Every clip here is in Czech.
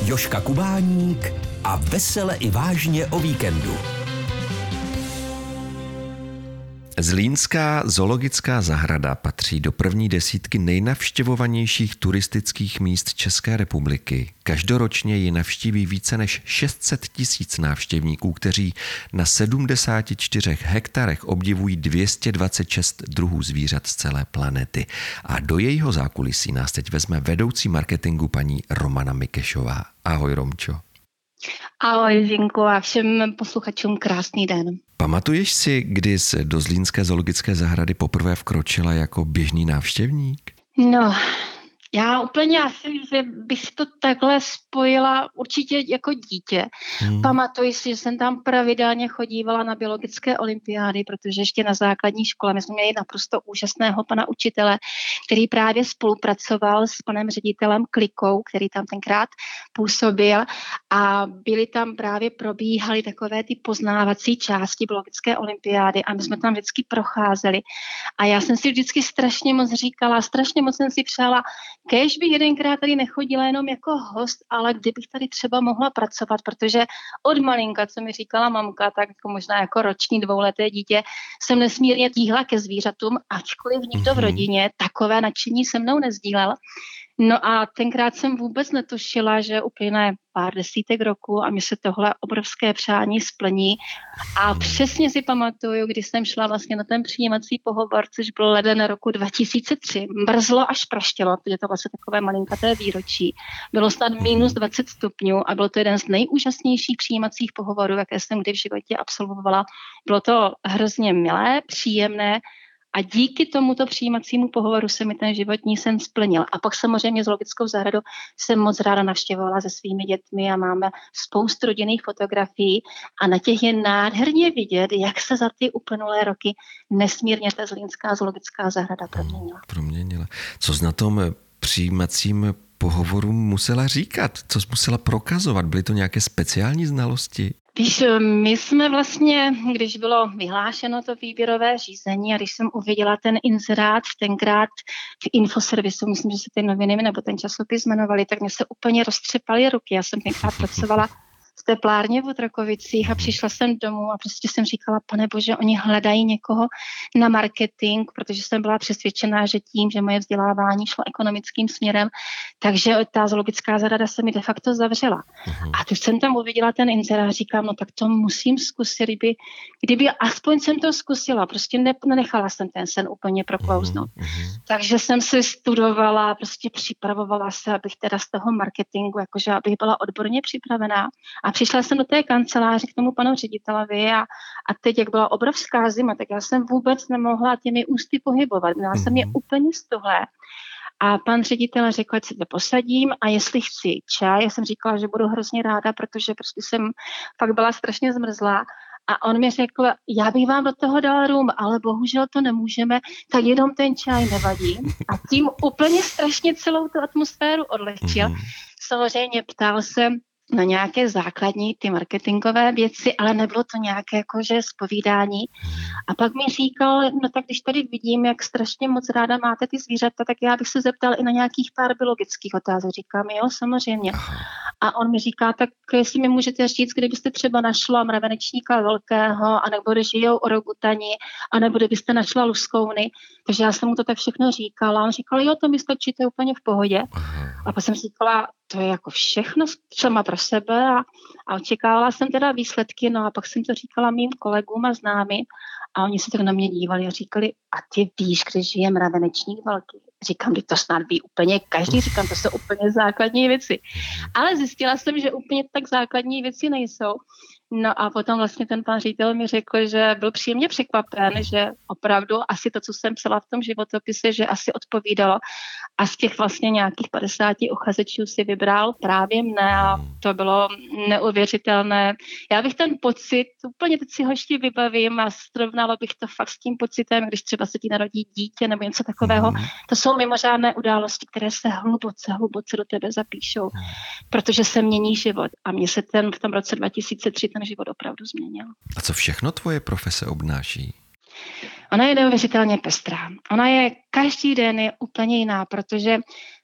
Jožka Kubáník a vesele i vážně o víkendu. Zlínská zoologická zahrada patří do první desítky nejnavštěvovanějších turistických míst České republiky. Každoročně ji navštíví více než 600 000 návštěvníků, kteří na 74 hektarech obdivují 226 druhů zvířat z celé planety. A do jejího zákulisí nás teď vezme vedoucí marketingu paní Romana Mikešová. Ahoj, Romčo. Ahoj, Žinku, a všem posluchačům krásný den. Pamatuješ si, kdy jsi do Zlínské zoologické zahrady poprvé vkročila jako běžný návštěvník? No, já úplně asi, že bych to takhle spojila určitě jako dítě. Pamatuji si, že jsem tam pravidelně chodívala na biologické olympiády, protože ještě na základní škole my jsme měli naprosto úžasného pana učitele, který právě spolupracoval s panem ředitelem Klikou, který tam tenkrát působil, a byly tam právě probíhaly takové ty poznávací části biologické olympiády a my jsme tam vždycky procházeli. A já jsem si vždycky strašně moc říkala, strašně moc jsem si přála, kéž bych jedenkrát tady nechodila jenom jako host, ale kdybych tady třeba mohla pracovat, protože od malinka, co mi říkala mamka, tak jako možná jako roční 2leté dítě, jsem nesmírně tíhla ke zvířatům, ačkoliv nikdo v rodině takové nadšení se mnou nezdílel. No a tenkrát jsem vůbec netušila, že uplyne pár desítek roku a mi se tohle obrovské přání splní. A přesně si pamatuju, když jsem šla vlastně na ten přijímací pohovor, což byl leden roku 2003. Mrzlo až praštělo, protože to vlastně takové malinkaté výročí. Bylo snad minus 20 stupňů a byl to jeden z nejúžasnějších přijímacích pohovorů, jaké jsem kdy v životě absolvovala. Bylo to hrozně milé, příjemné. A díky tomuto přijímacímu pohovoru se mi ten životní sen splnil. A pak samozřejmě zoologickou zahradu jsem moc ráda navštěvovala se svými dětmi a máme spoustu rodinných fotografií a na těch je nádherně vidět, jak se za ty uplynulé roky nesmírně ta zlínská zoologická zahrada proměnila. Co jsi na tom přijímacím pohovoru musela říkat? Co jsi musela prokazovat? Byly to nějaké speciální znalosti? Víš, my jsme vlastně, když bylo vyhlášeno to výběrové řízení a když jsem uviděla ten inzerát tenkrát v Infoservisu, myslím, že se ty noviny nebo ten časopis jmenovali, tak mě se úplně roztřepaly ruky. Já jsem tenkrát pracovala v teplárně v Otrokovicích a přišla jsem domů a prostě jsem říkala, pane bože, oni hledají někoho na marketing, protože jsem byla přesvědčená, že tím, že moje vzdělávání šlo ekonomickým směrem, takže ta zoologická zahrada se mi de facto zavřela. A když jsem tam uviděla ten inzerát, říkám, no tak to musím zkusit, kdyby aspoň jsem to zkusila, prostě nenechala jsem ten sen úplně proklouznout. Takže jsem si studovala, prostě připravovala se, abych teda z toho marketingu, jakože abych byla odborně připravená. A přišla jsem do té kanceláře k tomu panu ředitelovi a teď, jak byla obrovská zima, tak já jsem vůbec nemohla těmi ústy pohybovat. Měla jsem je úplně stuhlé. A pan ředitel řekl, ať se to posadím a jestli chci čaj. Já jsem říkala, že budu hrozně ráda, protože prostě jsem fakt byla strašně zmrzlá. A on mi řekl, já bych vám do toho dal rum, ale bohužel to nemůžeme, tak jenom ten čaj nevadí. A tím úplně strašně celou tu atmosféru odlehčil. Samozřejmě ptal se na nějaké základní ty marketingové věci, ale nebylo to nějaké jakože zpovídání. A pak mi říkal, no tak když tady vidím, jak strašně moc ráda máte ty zvířata, tak já bych se zeptal i na nějakých pár biologických otázek. Říkám, jo, samozřejmě. A on mi říká, tak jestli mi můžete říct, kdybyste třeba našla mravenečníka velkého, anebo kde žijou orangutani, anebo kdybyste našla luskouny. Takže já jsem mu to tak všechno říkala. On říkal, jo, to mi stačí, to je úplně v pohodě. A pak jsem říkala, to je jako všechno sama pro sebe a očekávala jsem teda výsledky, no a pak jsem to říkala mým kolegům a známým a oni se tak na mě dívali a říkali, a ty víš, kde žije mravenečník velký? Říkám, že to snad ví úplně každý, říkám, to jsou úplně základní věci. Ale zjistila jsem, že úplně tak základní věci nejsou. No a potom vlastně ten pan ředitel mi řekl, že byl příjemně překvapen, že opravdu asi to, co jsem psala v tom životopise, že asi odpovídalo. A z těch vlastně nějakých 50 uchazečů si vybral právě mne a to bylo neuvěřitelné. Já bych ten pocit, úplně teď si ho ještě vybavím a srovnala bych to fakt s tím pocitem, když třeba se ti narodí dítě nebo něco takového. To jsou mimořádné události, které se hluboce do tebe zapíšou, protože se mění život. A mně se v tom roce 2003 ten život opravdu změnil. A co všechno tvoje profese obnáší? Ona je neuvěřitelně pestrá. Ona je každý den je úplně jiná, protože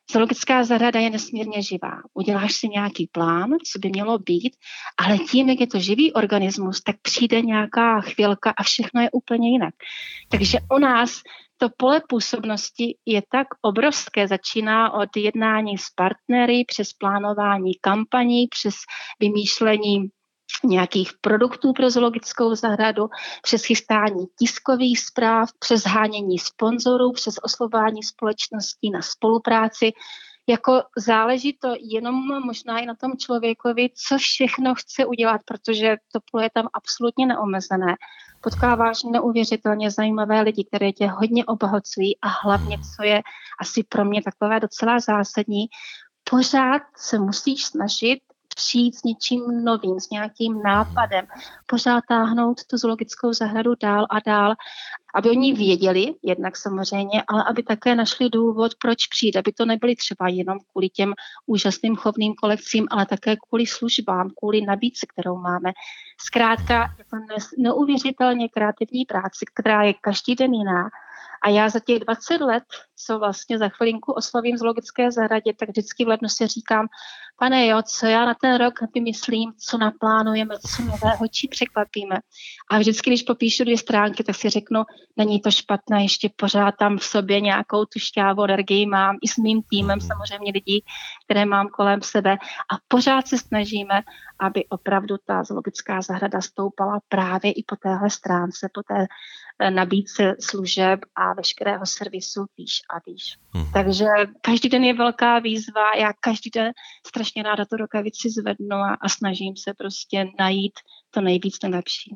Zoologická zahrada je nesmírně živá. Uděláš si nějaký plán, co by mělo být, ale tím, jak je to živý organismus, tak přijde nějaká chvilka a všechno je úplně jinak. Takže u nás to pole působnosti je tak obrovské. Začíná od jednání s partnery, přes plánování kampaní, přes vymýšlení nějakých produktů pro zoologickou zahradu, přes chystání tiskových zpráv, přes hánění sponzorů, přes oslovování společností na spolupráci. Jako záleží to jenom možná i na tom člověkovi, co všechno chce udělat, protože to pole je tam absolutně neomezené. Potkáváš neuvěřitelně zajímavé lidi, které tě hodně obohacují a hlavně, co je asi pro mě takové docela zásadní, pořád se musíš snažit přijít s něčím novým, s nějakým nápadem, pořád táhnout tu zoologickou zahradu dál a dál, aby oni věděli, jednak samozřejmě, ale aby také našli důvod, proč přijít, aby to nebyly třeba jenom kvůli těm úžasným chovným kolekcím, ale také kvůli službám, kvůli nabídce, kterou máme. Zkrátka, je to neuvěřitelně kreativní práce, která je každý den jiná. A já za těch 20 let, co vlastně za chvilinku oslovím zoologické zahradě, tak vždycky v lednu si říkám, pane jo, co já na ten rok vymyslím, co naplánujeme, co nového, či překvapíme. A vždycky, když popíšu 2 stránky, tak si řeknu, není to špatné, ještě pořád tam v sobě nějakou tu šťávu energii mám i s mým týmem, samozřejmě lidí, které mám kolem sebe. A pořád se snažíme, aby opravdu ta zoologická zahrada stoupala právě i po téhle stránce, po té nabídce služeb a veškerého servisu výš a výš. Takže každý den je velká výzva, já každý den strašně ráda tu rukavici zvednu a snažím se prostě najít to nejvíc nejlepší.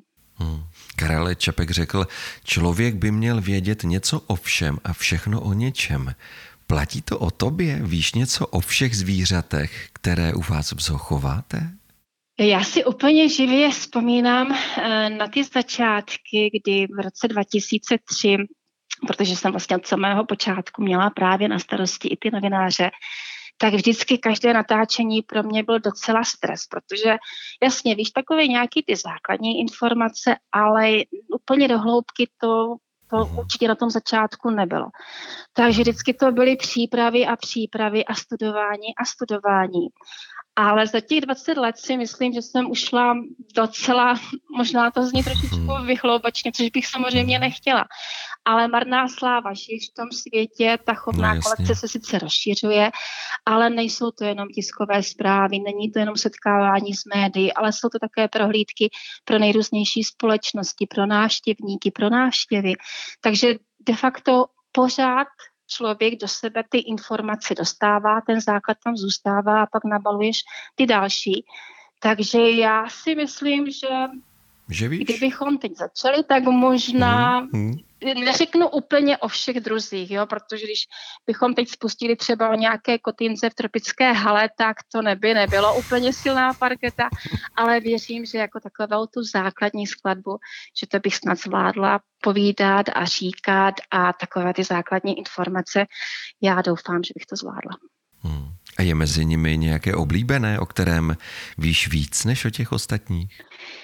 Karel Čapek řekl, člověk by měl vědět něco o všem a všechno o něčem. Platí to o tobě? Víš něco o všech zvířatech, které u vás v zoo chováte? Já si úplně živě vzpomínám na ty začátky, kdy v roce 2003, protože jsem vlastně od samého počátku měla právě na starosti i ty novináře, tak vždycky každé natáčení pro mě byl docela stres, protože jasně, víš, takové nějaké ty základní informace, ale úplně do hloubky to určitě na tom začátku nebylo. Takže vždycky to byly přípravy a studování. Ale za těch 20 let si myslím, že jsem ušla docela, možná to zní trošičku vychloubačně, což bych samozřejmě nechtěla. Ale marná sláva, žiješ v tom světě, ta chovná kolekce se sice rozšiřuje, ale nejsou to jenom tiskové zprávy, není to jenom setkávání s médií, ale jsou to také prohlídky pro nejrůznější společnosti, pro návštěvníky, pro návštěvy. Takže de facto pořád člověk do sebe ty informace dostává, ten základ tam zůstává a pak nabaluješ ty další. Takže já si myslím, že kdybychom teď začali, tak možná neřeknu úplně o všech druzích, jo, protože když bychom teď spustili třeba o nějaké kotýnce v tropické hale, tak to nebylo úplně silná parketa, ale věřím, že jako takovou tu základní skladbu, že to bych snad zvládla povídat a říkat a takové ty základní informace, já doufám, že bych to zvládla. A je mezi nimi nějaké oblíbené, o kterém víš víc než o těch ostatních?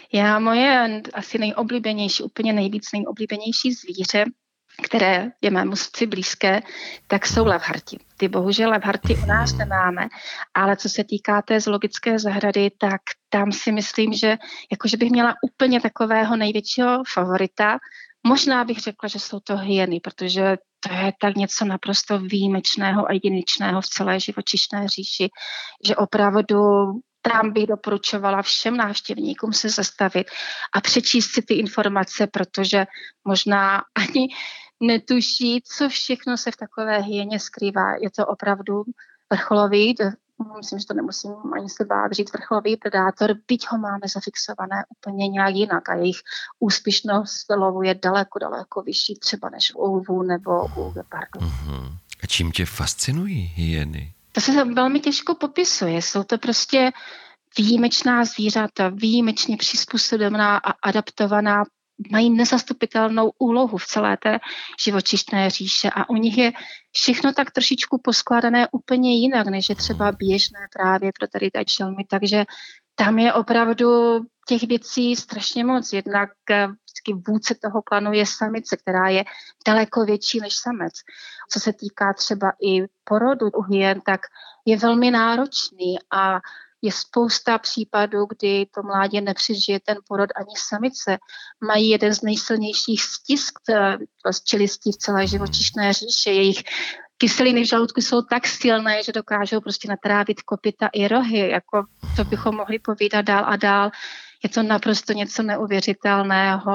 Moje asi nejoblíbenější, úplně nejoblíbenější zvíře, které je mému srdci blízké, tak jsou levharti. Ty bohužel levharti u nás nemáme, ale co se týká té zoologické zahrady, tak tam si myslím, že jakože bych měla úplně takového největšího favorita. Možná bych řekla, že jsou to hyeny, protože to je tak něco naprosto výjimečného a jedinečného v celé živočišné říši, že opravdu tam bych doporučovala všem návštěvníkům se zastavit a přečíst si ty informace, protože možná ani netuší, co všechno se v takové hyeně skrývá. Je to opravdu vrcholový, myslím, že to nemusím ani se bát říct, vrcholový predátor, byť ho máme zafixované úplně nějak jinak a jejich úspěšnost lovu je daleko vyšší třeba než u lvů nebo u gepardů. A čím tě fascinují hyeny? To se velmi těžko popisuje. Jsou to prostě výjimečná zvířata, výjimečně přizpůsobená a adaptovaná, mají nezastupitelnou úlohu v celé té živočišné říše a u nich je všechno tak trošičku poskládané úplně jinak, než je třeba běžné právě pro tady ty čelmy. Takže tam je opravdu těch věcí strašně moc. Jednak vždycky vůdce toho klanu je samice, která je daleko větší než samec. Co se týká třeba i porodu u hyen, tak je velmi náročný a je spousta případů, kdy to mládě nepřežije ten porod ani samice. Mají jeden z nejsilnějších stisk z čelistí v celé živočišné říši. Jejich kyseliny v žaludku jsou tak silné, že dokážou prostě natrávit kopyta i rohy. Jako to bychom mohli povídat dál a dál. Je to naprosto něco neuvěřitelného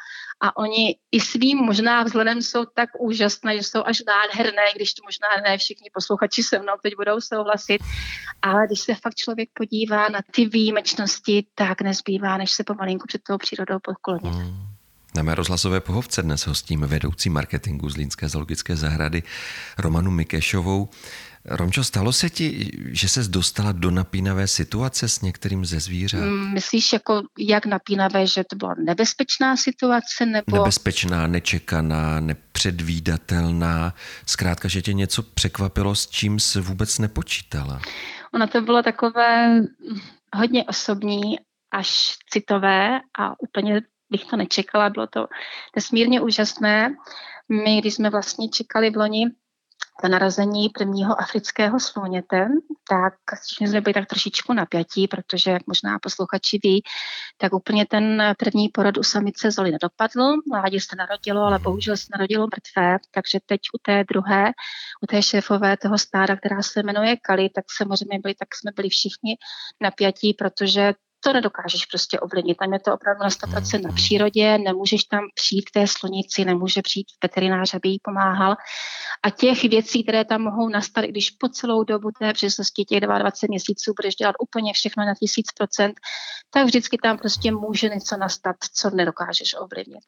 a oni i svým možná vzhledem jsou tak úžasné, že jsou až nádherné, když to možná ne všichni posluchači se mnou teď budou souhlasit, ale když se fakt člověk podívá na ty výjimečnosti, tak nezbývá, než se pomalinku před tou přírodou podklonit. Na mé rozhlasové pohovce dnes hostím vedoucí marketingu Zlínské zoologické zahrady Romanu Mikešovou. Romčo, stalo se ti, že ses dostala do napínavé situace s některým ze zvířat? Myslíš jako jak napínavé, že to byla nebezpečná situace? Nebo... Nebezpečná, nečekaná, nepředvídatelná. Zkrátka, že tě něco překvapilo, s čím jsi vůbec nepočítala. Ono to bylo takové hodně osobní, až citové a úplně bych to nečekala. Bylo to nesmírně úžasné. My, když jsme vlastně čekali v loni na narození prvního afrického sluněte, tak jsme byli tak trošičku napjatí, protože, jak možná posluchači ví, tak úplně ten první porod u samice Zoli nedopadl. Mládě se narodilo, ale bohužel se narodilo mrtvé, takže teď u té druhé, u té šéfové toho stáda, která se jmenuje Kali, tak samozřejmě jsme byli všichni napjatí, protože to nedokážeš prostě ovlivnit. Tam je to opravdu na 100% na přírodě, nemůžeš tam přijít k té slonici, nemůže přijít veterinář, aby jí pomáhal. A těch věcí, které tam mohou nastat, když po celou dobu té březnosti, těch 22 měsíců budeš dělat úplně všechno na 1000%, tak vždycky tam prostě může něco nastat, co nedokážeš ovlivnit.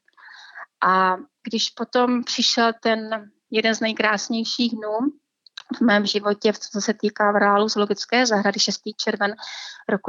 A když potom přišel ten jeden z nejkrásnějších dnů v mém životě, co se týká v reálu zoologické zahrady, 6. červen roku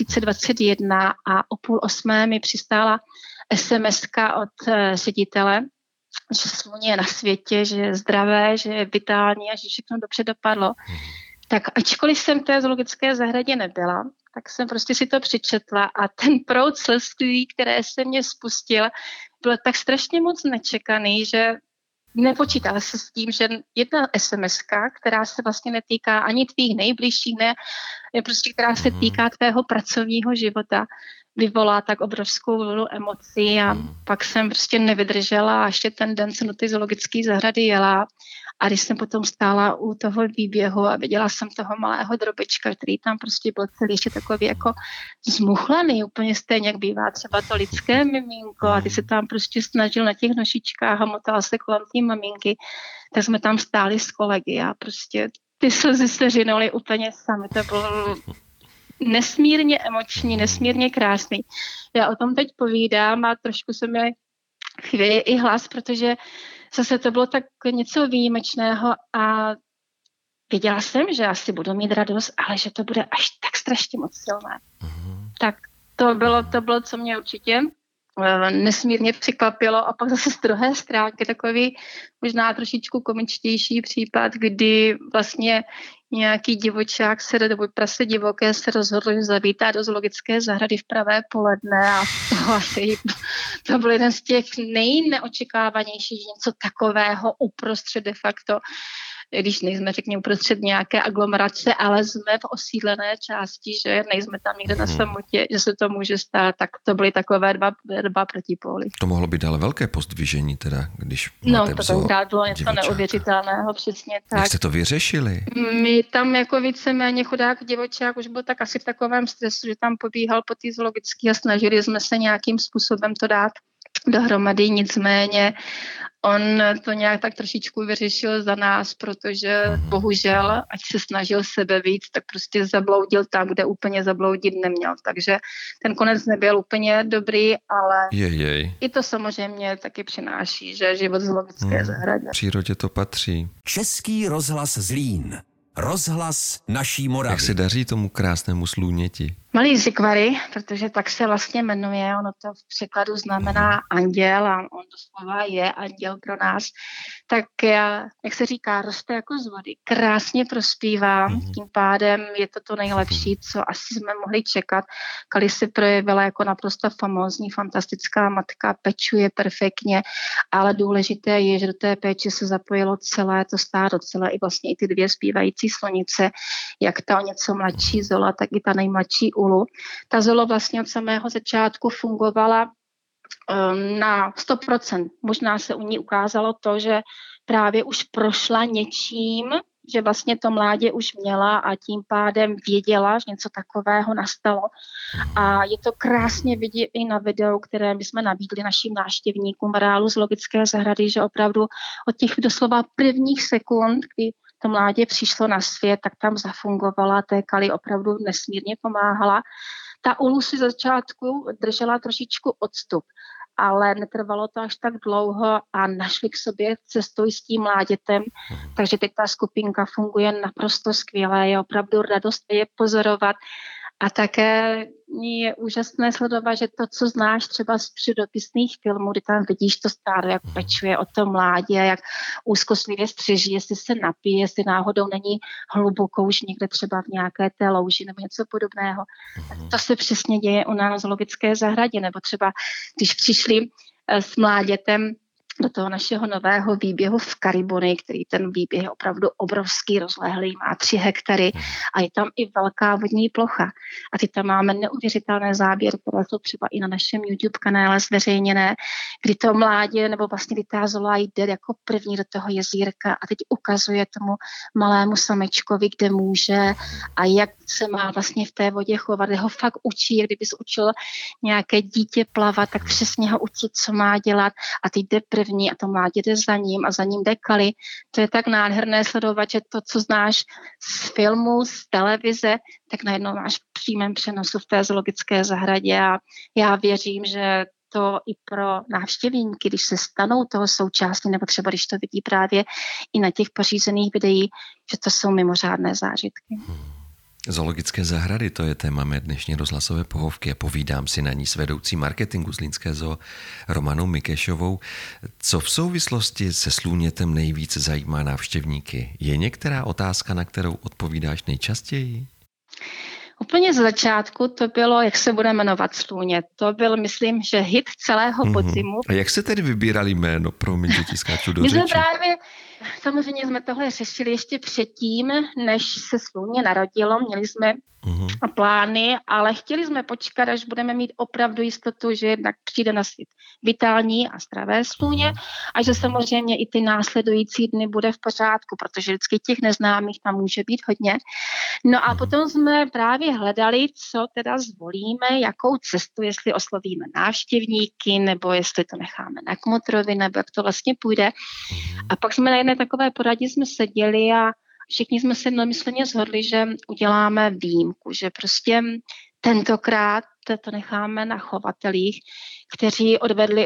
2021 a o 7:30 mi přistála SMS-ka od ředitele, že sluně je na světě, že je zdravé, že je vitální a že všechno dobře dopadlo. Tak ačkoliv jsem v té zoologické zahradě nebyla, tak jsem prostě si to přečetla a ten proud slz, které se mě spustil, byl tak strašně moc nečekaný, že nepočítala se s tím, že jedna SMS-ka, která se vlastně netýká ani tvých nejbližších, ne prostě která se týká tvého pracovního života, vyvolá tak obrovskou vlnu emocí a pak jsem prostě nevydržela a ještě ten den jsem do té zoologické zahrady jela a když jsem potom stála u toho výběhu a viděla jsem toho malého drobečka, který tam prostě byl celý ještě takový jako zmuchlaný, úplně stejně, jak bývá třeba to lidské miminko a ty se tam prostě snažil na těch nožičkách a motal se kolem té maminky, tak jsme tam stáli s kolegy a prostě ty slzy se řinuly úplně sami, to bylo nesmírně emoční, nesmírně krásný. Já o tom teď povídám a trošku se mi chvěje i hlas, protože zase to bylo tak něco výjimečného a věděla jsem, že asi budu mít radost, ale že to bude až tak strašně moc silné. Tak to bylo, co mě určitě nesmírně překvapilo a pak zase z druhé stránky takový možná trošičku komičtější případ, kdy vlastně nějaký divočák nebo prase divoké se rozhodl, že zavítá do zoologické zahrady v pravé poledne a to byl jeden z těch nejneočekávanějších, něco takového uprostřed de facto, když nejsme, řekněme, uprostřed nějaké aglomerace, ale jsme v osídlené části, že nejsme tam někde na samotě, že se to může stát, tak to byly takové dva protipóly. To mohlo být ale velké pozdvižení teda, když máte to bylo něco divočáka. Neuvěřitelného, přesně tak. Jak jste to vyřešili? My tam jako víceméně chudák divočák už byl tak asi v takovém stresu, že tam pobíhal po té zoologické a snažili jsme se nějakým způsobem to dát dohromady, nicméně on to nějak tak trošičku vyřešil za nás, protože bohužel, ať se snažil sebe víc, tak prostě zabloudil tam, kde úplně zabloudit neměl. Takže ten konec nebyl úplně dobrý, ale i to samozřejmě taky přináší, že život v zoologické zahradě. V přírodě to patří. Český rozhlas Zlín. Rozhlas naší Moravy. Jak se daří tomu krásnému sluněti? Malý Zikvary, protože tak se vlastně jmenuje, ono to v překladu znamená anděl a on doslova je anděl pro nás, tak jak se říká, roste jako z vody. Krásně prospívá, tím pádem je to nejlepší, co asi jsme mohli čekat. Kali se projevila jako naprosto famózní, fantastická matka, pečuje perfektně, ale důležité je, že do té péče se zapojilo celé to stádo, celé i vlastně i ty dvě zpívající slonice, jak ta o něco mladší Zola, tak i ta nejmladší Ulu. Ta Zola vlastně od samého začátku fungovala na 100%. Možná se u ní ukázalo to, že právě už prošla něčím, že vlastně to mládě už měla a tím pádem věděla, že něco takového nastalo. A je to krásně vidět i na videu, které my jsme nabídli našim návštěvníkům v areálu zoologické zahrady, že opravdu od těch doslova prvních sekund, kdy to mládě přišlo na svět, tak tam zafungovala, té Kali opravdu nesmírně pomáhala. Ta Ulu si začátku držela trošičku odstup, ale netrvalo to až tak dlouho a našli k sobě cestu s tím mládětem, takže teď ta skupinka funguje naprosto skvěle, je opravdu radost je pozorovat a také je úžasné sledovat, že to, co znáš třeba z přírodopisných filmů, kdy tam vidíš to stádo, jak pečuje o to mládě, jak úzkostlivě střeží, jestli se napije, jestli náhodou není hluboko už někde třeba v nějaké té louži nebo něco podobného. To se přesně děje u nás v zoologické zahradě, nebo třeba když přišli s mládětem do toho našeho nového výběhu v Karibony, který ten výběh je opravdu obrovský, rozlehlý, má 3 hektary a je tam i velká vodní plocha. A ty tam máme neuvěřitelné záběry, které jsou třeba i na našem YouTube kanále zveřejněné, kdy to mládě, nebo vlastně kdy ta Zola jde jako první do toho jezírka a teď ukazuje tomu malému samečkovi, kde může a jak se má vlastně v té vodě chovat, kde ho fakt učí, kdyby se učil nějaké dítě plavat, tak přesně ho učí, co má dělat a teď jde první a to mládě jde za ním a za ním jde Kali. To je tak nádherné sledovat, že to, co znáš z filmu, z televize, tak najednou máš v přímém přenosu v té zoologické zahradě a já věřím, že to i pro návštěvníky, když se stanou toho součástí, nebo třeba když to vidí právě i na těch pořízených videích, že to jsou mimořádné zážitky. Zoologické zahrady, to je téma mé dnešní rozhlasové pohovky a povídám si na ní s vedoucí marketingu Zlínské zoo Romanou Mikešovou. Co v souvislosti se slůnětem nejvíc zajímá návštěvníky? Je některá otázka, na kterou odpovídáš nejčastěji? Úplně z začátku to bylo, jak se bude jmenovat slůně. To byl, myslím, že hit celého podzimu. A jak se tedy vybírali jméno? Promiň, že ti skáču do řeči. My jsme právě, samozřejmě jsme tohle řešili ještě předtím, než se slůně narodilo. Měli jsme plány, ale chtěli jsme počkat, až budeme mít opravdu jistotu, že jednak přijde na svět vitální a zdravé slůně a že samozřejmě i ty následující dny bude v pořádku, protože vždycky těch neznámých tam může být hodně. No a potom jsme právě hledali, co teda zvolíme, jakou cestu, jestli oslovíme návštěvníky, nebo jestli to necháme na kmotrovi, nebo jak to vlastně půjde. A pak jsme na jedné takové poradě jsme seděli a všichni jsme se jednomyslně shodli, že uděláme výjimku, že prostě tentokrát to necháme na chovatelích, kteří odvedli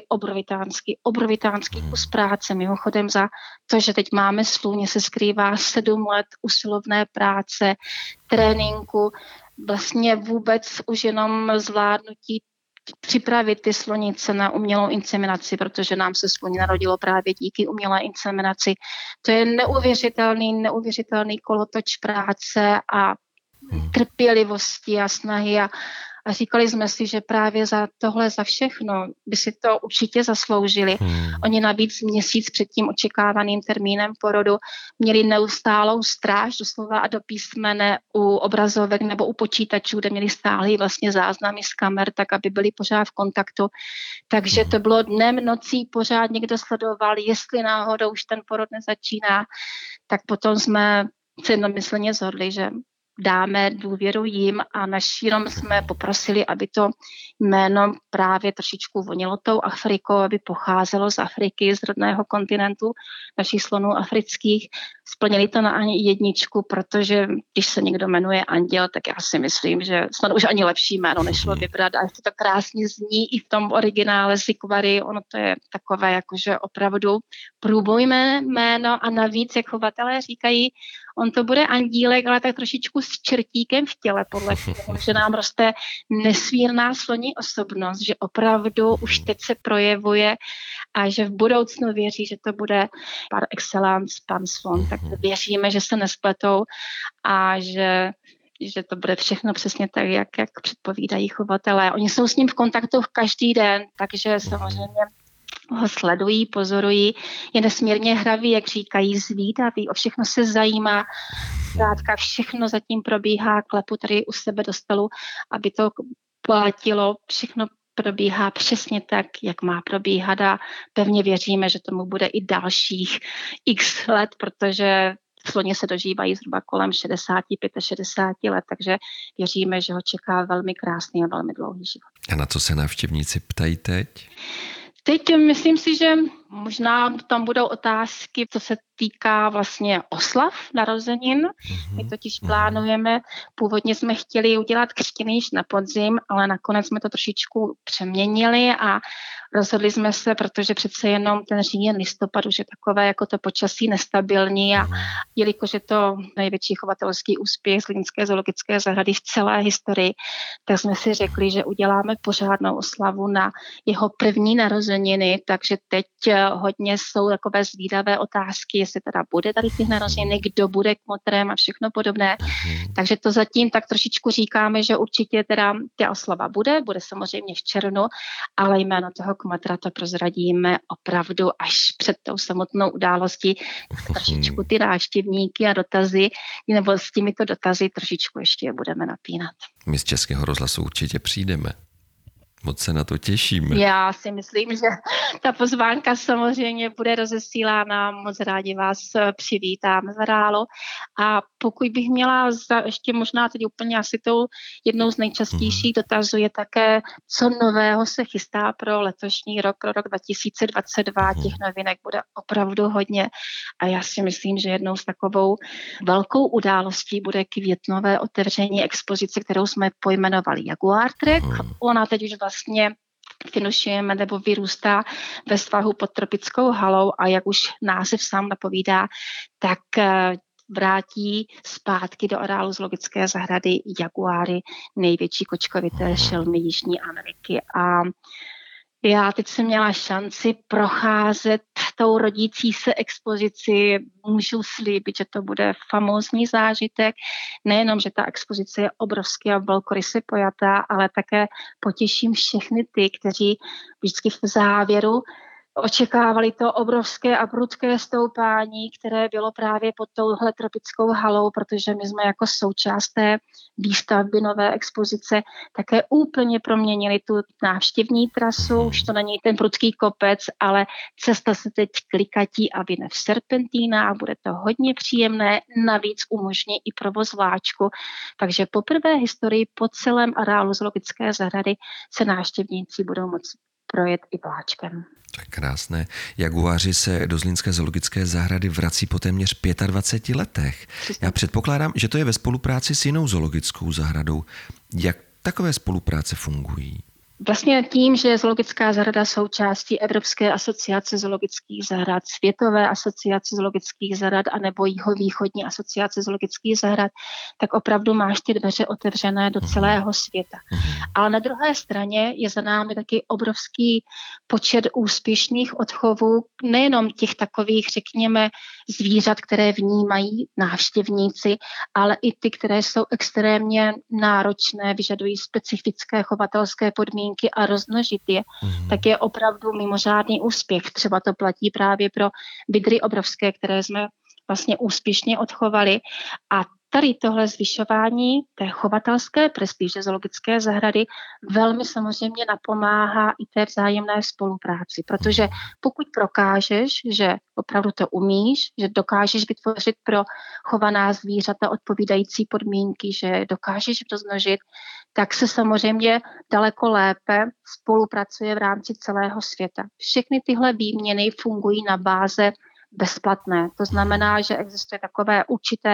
obrovitánský kus práce. Mimochodem za to, že teď máme slůně, se skrývá 7 let usilovné práce, tréninku, vlastně vůbec už jenom zvládnutí připravit ty slonice na umělou inseminaci, protože nám se sluní narodilo právě díky umělé inseminaci. To je neuvěřitelný kolotoč práce a trpělivosti a snahy a říkali jsme si, že právě za tohle, za všechno by si to určitě zasloužili. Oni navíc měsíc před tím očekávaným termínem porodu měli neustálou stráž doslova a do písmene u obrazovek nebo u počítačů, kde měli stálý vlastně záznamy z kamer, tak aby byli pořád v kontaktu. Takže to bylo dnem, nocí, pořád někdo sledoval, jestli náhodou už ten porod nezačíná, tak potom jsme se jednomyslně shodli, že dáme důvěru jim a jenom jsme poprosili, aby to jméno právě trošičku vonilo tou Afrikou, aby pocházelo z Afriky, z rodného kontinentu našich slonů afrických. Splnili to na jedničku, protože když se někdo jmenuje Anděl, tak já si myslím, že snad už ani lepší jméno nešlo vybrat a ještě to krásně zní i v tom originále Zikvary, ono to je takové jakože opravdu průbojné jméno a navíc, jak chovatelé říkají, On to bude andílek, ale tak trošičku s čertíkem v těle, podle toho, že nám roste nesmírná sloní osobnost, že opravdu už teď se projevuje a že v budoucnu věří, že to bude par excellence pan slon. Tak věříme, že se nespletou a že to bude všechno přesně tak, jak předpovídají chovatelé. Oni jsou s ním v kontaktu každý den, takže samozřejmě ho sledují, pozorují, je nesmírně hravý, jak říkají, zvídavý, o všechno se zajímá, zkrátka všechno zatím probíhá, klepu tady u sebe do stolu, aby to platilo, všechno probíhá přesně tak, jak má probíhat a pevně věříme, že tomu bude i dalších x let, protože sloni se dožívají zhruba kolem 65-60 let, takže věříme, že ho čeká velmi krásný a velmi dlouhý život. A na co se návštěvníci ptají teď? Teď myslím si, že možná tam budou otázky, co se týká vlastně oslav narozenin. My totiž plánujeme, původně jsme chtěli udělat křtiny již na podzim, ale nakonec jsme to trošičku přeměnili a rozhodli jsme se, protože přece jenom ten říjen, listopad už je takové jako to počasí nestabilní a jelikož je to největší chovatelský úspěch Zlínské zoologické zahrady v celé historii, tak jsme si řekli, že uděláme pořádnou oslavu na jeho první narozeniny, takže teď hodně jsou takové zvídavé otázky, jestli teda bude tady ty narozeniny, kdo bude kmotrem a všechno podobné. Takže to zatím tak trošičku říkáme, že určitě teda ta oslava bude samozřejmě v červnu, ale jméno toho kmotra to prozradíme opravdu až před tou samotnou událostí. Trošičku ty návštěvníky a dotazy, nebo s těmito dotazy trošičku ještě budeme napínat. My z Českého rozhlasu určitě přijdeme. Moc se na to těšíme. Já si myslím, že ta pozvánka samozřejmě bude rozesílána. Moc rádi vás přivítáme v areálu. A pokud bych měla ještě možná teď úplně asi tou jednou z nejčastějších dotazů je také, co nového se chystá pro letošní rok, pro rok 2022. Těch novinek bude opravdu hodně. A já si myslím, že jednou z takovou velkou událostí bude květnové otevření expozice, kterou jsme pojmenovali Jaguar Trek. Ona teď už vlastně finišujeme nebo vyrůstá ve svahu pod tropickou halou a jak už název sám napovídá, tak vrátí zpátky do areálu zoologické zahrady jaguáry, největší kočkovité šelmy Jižní Ameriky. A já teď jsem měla šanci procházet tou rodící se expozici. Můžu slíbit, že to bude famózní zážitek. Nejenom, že ta expozice je obrovský a velkoryse pojatá, ale také potěším všechny ty, kteří vždycky v závěru očekávali to obrovské a prudké stoupání, které bylo právě pod touhle tropickou halou, protože my jsme jako součást té výstavby nové expozice také úplně proměnili tu návštěvní trasu. Už to není ten prudký kopec, ale cesta se teď klikatí a vyne v serpentínách. Bude to hodně příjemné, navíc umožní i provoz vláčku. Takže poprvé historii po celém areálu zoologické zahrady se návštěvníci budou moci projet i vláčkem. To je krásné. Jaguáři se do Zlínské zoologické zahrady vrací po téměř 25 letech. Já předpokládám, že to je ve spolupráci s jinou zoologickou zahradou. Jak takové spolupráce fungují? Vlastně tím, že je zoologická zahrada součástí Evropské asociace zoologických zahrad, Světové asociace zoologických zahrad a nebo Jihovýchodní asociace zoologických zahrad, tak opravdu máš ty dveře otevřené do celého světa. Ale na druhé straně je za námi taky obrovský počet úspěšných odchovů, nejenom těch takových, řekněme, zvířat, které vnímají návštěvníci, ale i ty, které jsou extrémně náročné, vyžadují specifické chovatelské podmínky a rozmnožit je, tak je opravdu mimořádný úspěch. Třeba to platí právě pro vydry obrovské, které jsme vlastně úspěšně odchovali. A tady tohle zvyšování té chovatelské prestiže zoologické zahrady velmi samozřejmě napomáhá i té vzájemné spolupráci, protože pokud prokážeš, že opravdu to umíš, že dokážeš vytvořit pro chovaná zvířata odpovídající podmínky, že dokážeš rozmnožit, tak se samozřejmě daleko lépe spolupracuje v rámci celého světa. Všechny tyhle výměny fungují na báze bezplatné. To znamená, že existuje takové určité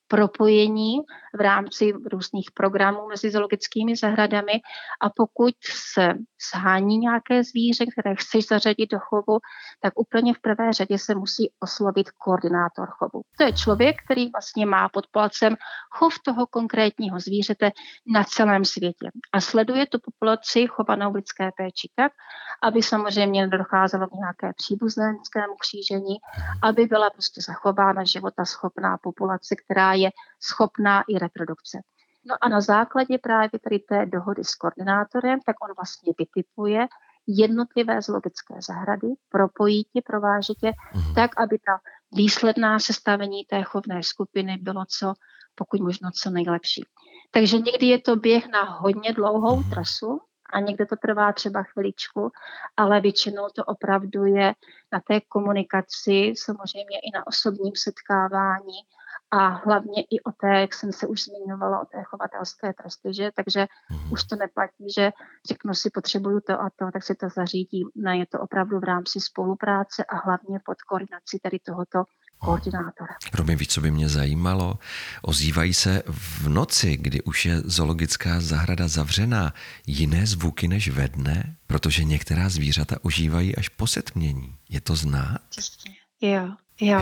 propojení v rámci různých programů mezi zoologickými zahradami a pokud se shání nějaké zvíře, které chceš zařadit do chovu, tak úplně v prvé řadě se musí oslovit koordinátor chovu. To je člověk, který vlastně má pod palcem chov toho konkrétního zvířete na celém světě a sleduje tu populaci chovanou v lidské péči tak, aby samozřejmě nedocházelo k nějaké příbuzenskému křížení, aby byla prostě zachována životaschopná populace, která je schopná i reprodukce. No a na základě právě tady té dohody s koordinátorem, tak on vlastně vytipuje jednotlivé zoologické zahrady, propojí tě, prováže tě, tak, aby ta výsledná sestavení té chovné skupiny bylo pokud možno co nejlepší. Takže někdy je to běh na hodně dlouhou trasu a někde to trvá třeba chviličku, ale většinou to opravdu je na té komunikaci, samozřejmě i na osobním setkávání a hlavně i o té, jak jsem se už zmiňovala, o té chovatelské prestiže, takže už to neplatí, že řeknu si, potřebuju to a to, tak si to zařídím. Ne, je to opravdu v rámci spolupráce a hlavně pod koordinací tady tohoto koordinátora. Romy, víš, co by mě zajímalo? Ozývají se v noci, kdy už je zoologická zahrada zavřená, jiné zvuky než ve dne? Protože některá zvířata ožívají až po setmění. Je to znát? Jo.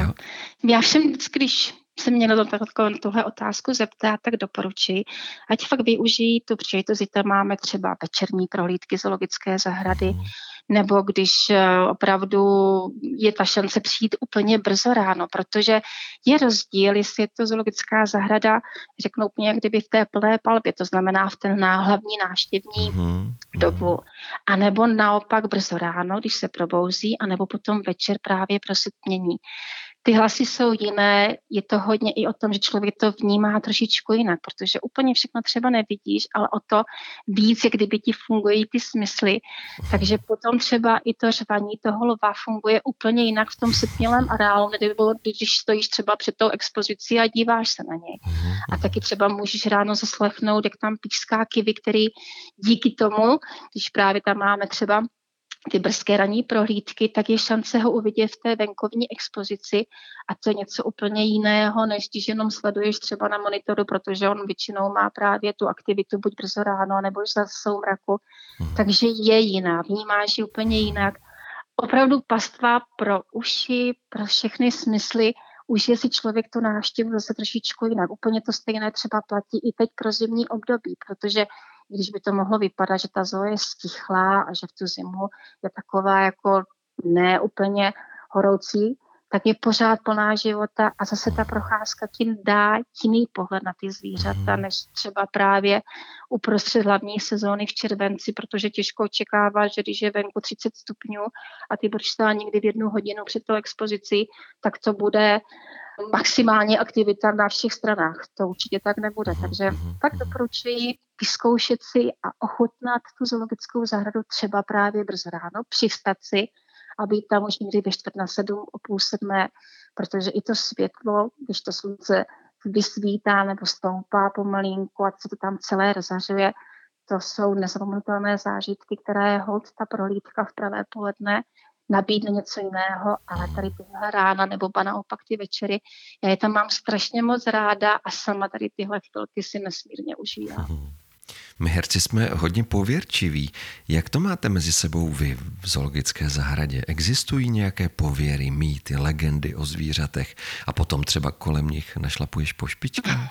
Já všem vždycky, když se mě na tuhle otázku zeptat, tak doporučuji, ať fakt využijí tu příležitost, že tam máme třeba večerní prohlídky zoologické zahrady, nebo když opravdu je ta šance přijít úplně brzo ráno, protože je rozdíl, jestli je to zoologická zahrada, řeknu úplně jak kdyby v té plné palbě, to znamená v ten hlavní návštěvní dobu, anebo naopak brzo ráno, když se probouzí, anebo potom večer právě pro setmění. Ty hlasy jsou jiné, je to hodně i o tom, že člověk to vnímá trošičku jinak, protože úplně všechno třeba nevidíš, ale o to víc, jak kdyby ti fungují ty smysly. Takže potom třeba i to řvaní toho lva funguje úplně jinak v tom setmělém areálu, když stojíš třeba před tou expozicí a díváš se na něj. A taky třeba můžeš ráno zaslechnout, jak tam píská kivy, který díky tomu, když právě tam máme třeba ty brzké ranní prohlídky, tak je šance ho uvidět v té venkovní expozici a to je něco úplně jiného, než když jenom sleduješ třeba na monitoru, protože on většinou má právě tu aktivitu buď brzo ráno, nebo za soumraku, takže je jiná, vnímáš ji úplně jinak. Opravdu pastva pro uši, pro všechny smysly, užije si člověk tu návštěvu zase trošičku jinak. Úplně to stejné třeba platí i teď pro zimní období, protože když by to mohlo vypadat, že ta zoo je stichlá a že v tu zimu je taková jako ne úplně horoucí, tak je pořád plná života a zase ta procházka ti dá jiný pohled na ty zvířata, než třeba právě uprostřed hlavní sezóny v červenci, protože těžko očekávat, že když je venku 30 stupňů a ty budeš stát někdy v 1 hodinu před tou expozicí, tak to bude maximální aktivita na všech stranách. To určitě tak nebude. Takže tak doporučuji vyzkoušet si a ochutnat tu zoologickou zahradu třeba právě brzo ráno, přivstat si a být tam už někdy ve 6:45, o 6:30, protože i to světlo, když to slunce vysvítá nebo stoupá pomalinku a se to tam celé rozhařuje, to jsou nezapomenutelné zážitky, které holt ta prohlídka v pravé poledne nabídne něco jiného, ale tady tyhle rána nebo ba naopak ty večery, já je tam mám strašně moc ráda a sama tady tyhle chvilky si nesmírně užívám. My herci jsme hodně pověrčiví. Jak to máte mezi sebou vy v zoologické zahradě? Existují nějaké pověry, mýty, legendy o zvířatech a potom třeba kolem nich našlapuješ po špičkách?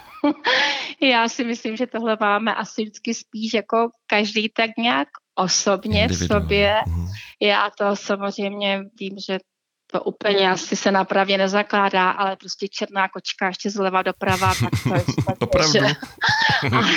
Já si myslím, že tohle máme asi vždycky spíš jako každý tak nějak osobně v sobě. Já to samozřejmě vím, že to úplně asi se napravě nezakládá, ale prostě černá kočka ještě zleva doprava, tak to je opravdu. Ale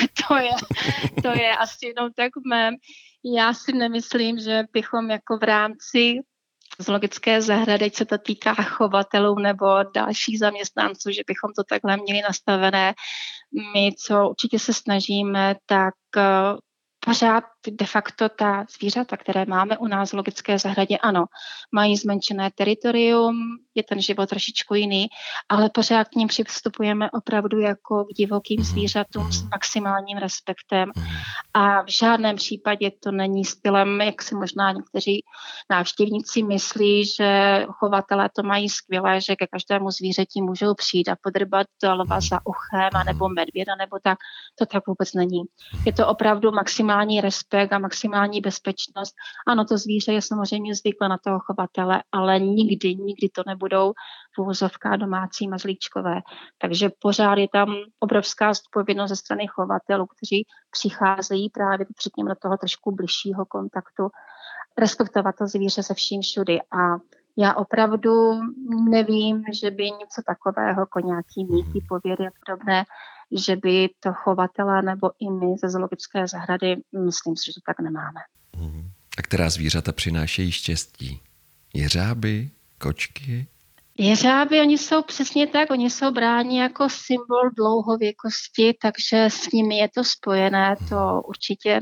to je asi jenom tak v mém. Já si nemyslím, že bychom jako v rámci zoologické zahrady, ať se to týká chovatelů nebo dalších zaměstnanců, že bychom to takhle měli nastavené. My, co určitě se snažíme, tak Pořád de facto ta zvířata, které máme u nás v zoologické zahradě, ano, mají zmenšené teritorium, je ten život trošičku jiný, ale pořád k ním přistupujeme opravdu jako k divokým zvířatům s maximálním respektem a v žádném případě to není stylem, jak si možná někteří návštěvníci myslí, že chovatelé to mají skvělé, že ke každému zvířeti můžou přijít a podrbat lva za uchem, nebo medvěda, nebo tak. To tak vůbec není. Je to opravdu maximální respekt a maximální bezpečnost. Ano, to zvíře je samozřejmě zvyklé na toho chovatele, ale nikdy to nebudou v uvozovkách domácí mazlíčkové. Takže pořád je tam obrovská zodpovědnost ze strany chovatelů, kteří přicházejí právě řekněme do toho trošku bližšího kontaktu, respektovat to zvíře se vším všudy. A já opravdu nevím, že by něco takového, jako nějaký mýty, pověry a podobné, že by to chovatele nebo i my ze zoologické zahrady, myslím si, že to tak nemáme. A která zvířata přinášejí štěstí? Jeřáby, kočky? Jeřáby, oni jsou přesně tak, oni jsou bráni jako symbol dlouhověkosti, takže s nimi je to spojené, to určitě.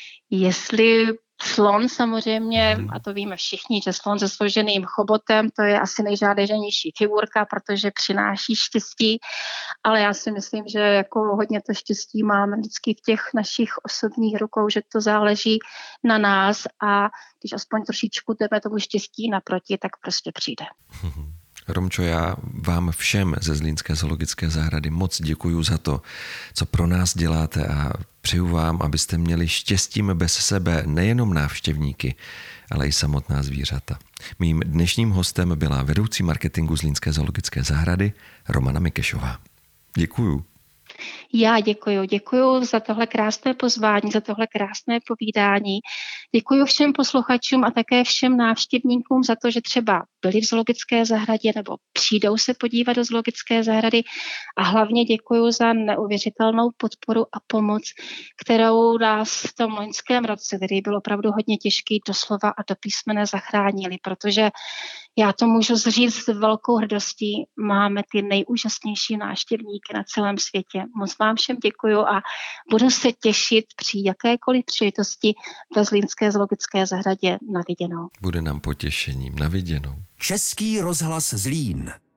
Jestli slon samozřejmě, a to víme všichni, že slon se složeným chobotem, to je asi nejžádanější figurka, protože přináší štěstí, ale já si myslím, že jako hodně to štěstí máme vždycky v těch našich osobních rukou, že to záleží na nás a když aspoň trošičku jdeme tomu štěstí naproti, tak prostě přijde. Romčo, já vám všem ze Zlínské zoologické zahrady moc děkuju za to, co pro nás děláte a přeju vám, abyste měli štěstím bez sebe nejenom návštěvníky, ale i samotná zvířata. Mým dnešním hostem byla vedoucí marketingu Zlínské zoologické zahrady Romana Mikešová. Děkuju. Já děkuju za tohle krásné pozvání, za tohle krásné povídání. Děkuju všem posluchačům a také všem návštěvníkům za to, že třeba byli v zoologické zahradě nebo přijdou se podívat do zoologické zahrady a hlavně děkuju za neuvěřitelnou podporu a pomoc, kterou nás v tom loňském roce, který byl opravdu hodně těžký, doslova a do písmene zachránili, protože já to můžu říct s velkou hrdostí, máme ty nejúžasnější návštěvníky na celém světě. Moc vám všem děkuju a budu se těšit při jakékoliv příležitosti ve Zlínské zoologické zahradě. Na viděnou. Bude nám potěšením. Na viděnou. Český rozhlas Zlín.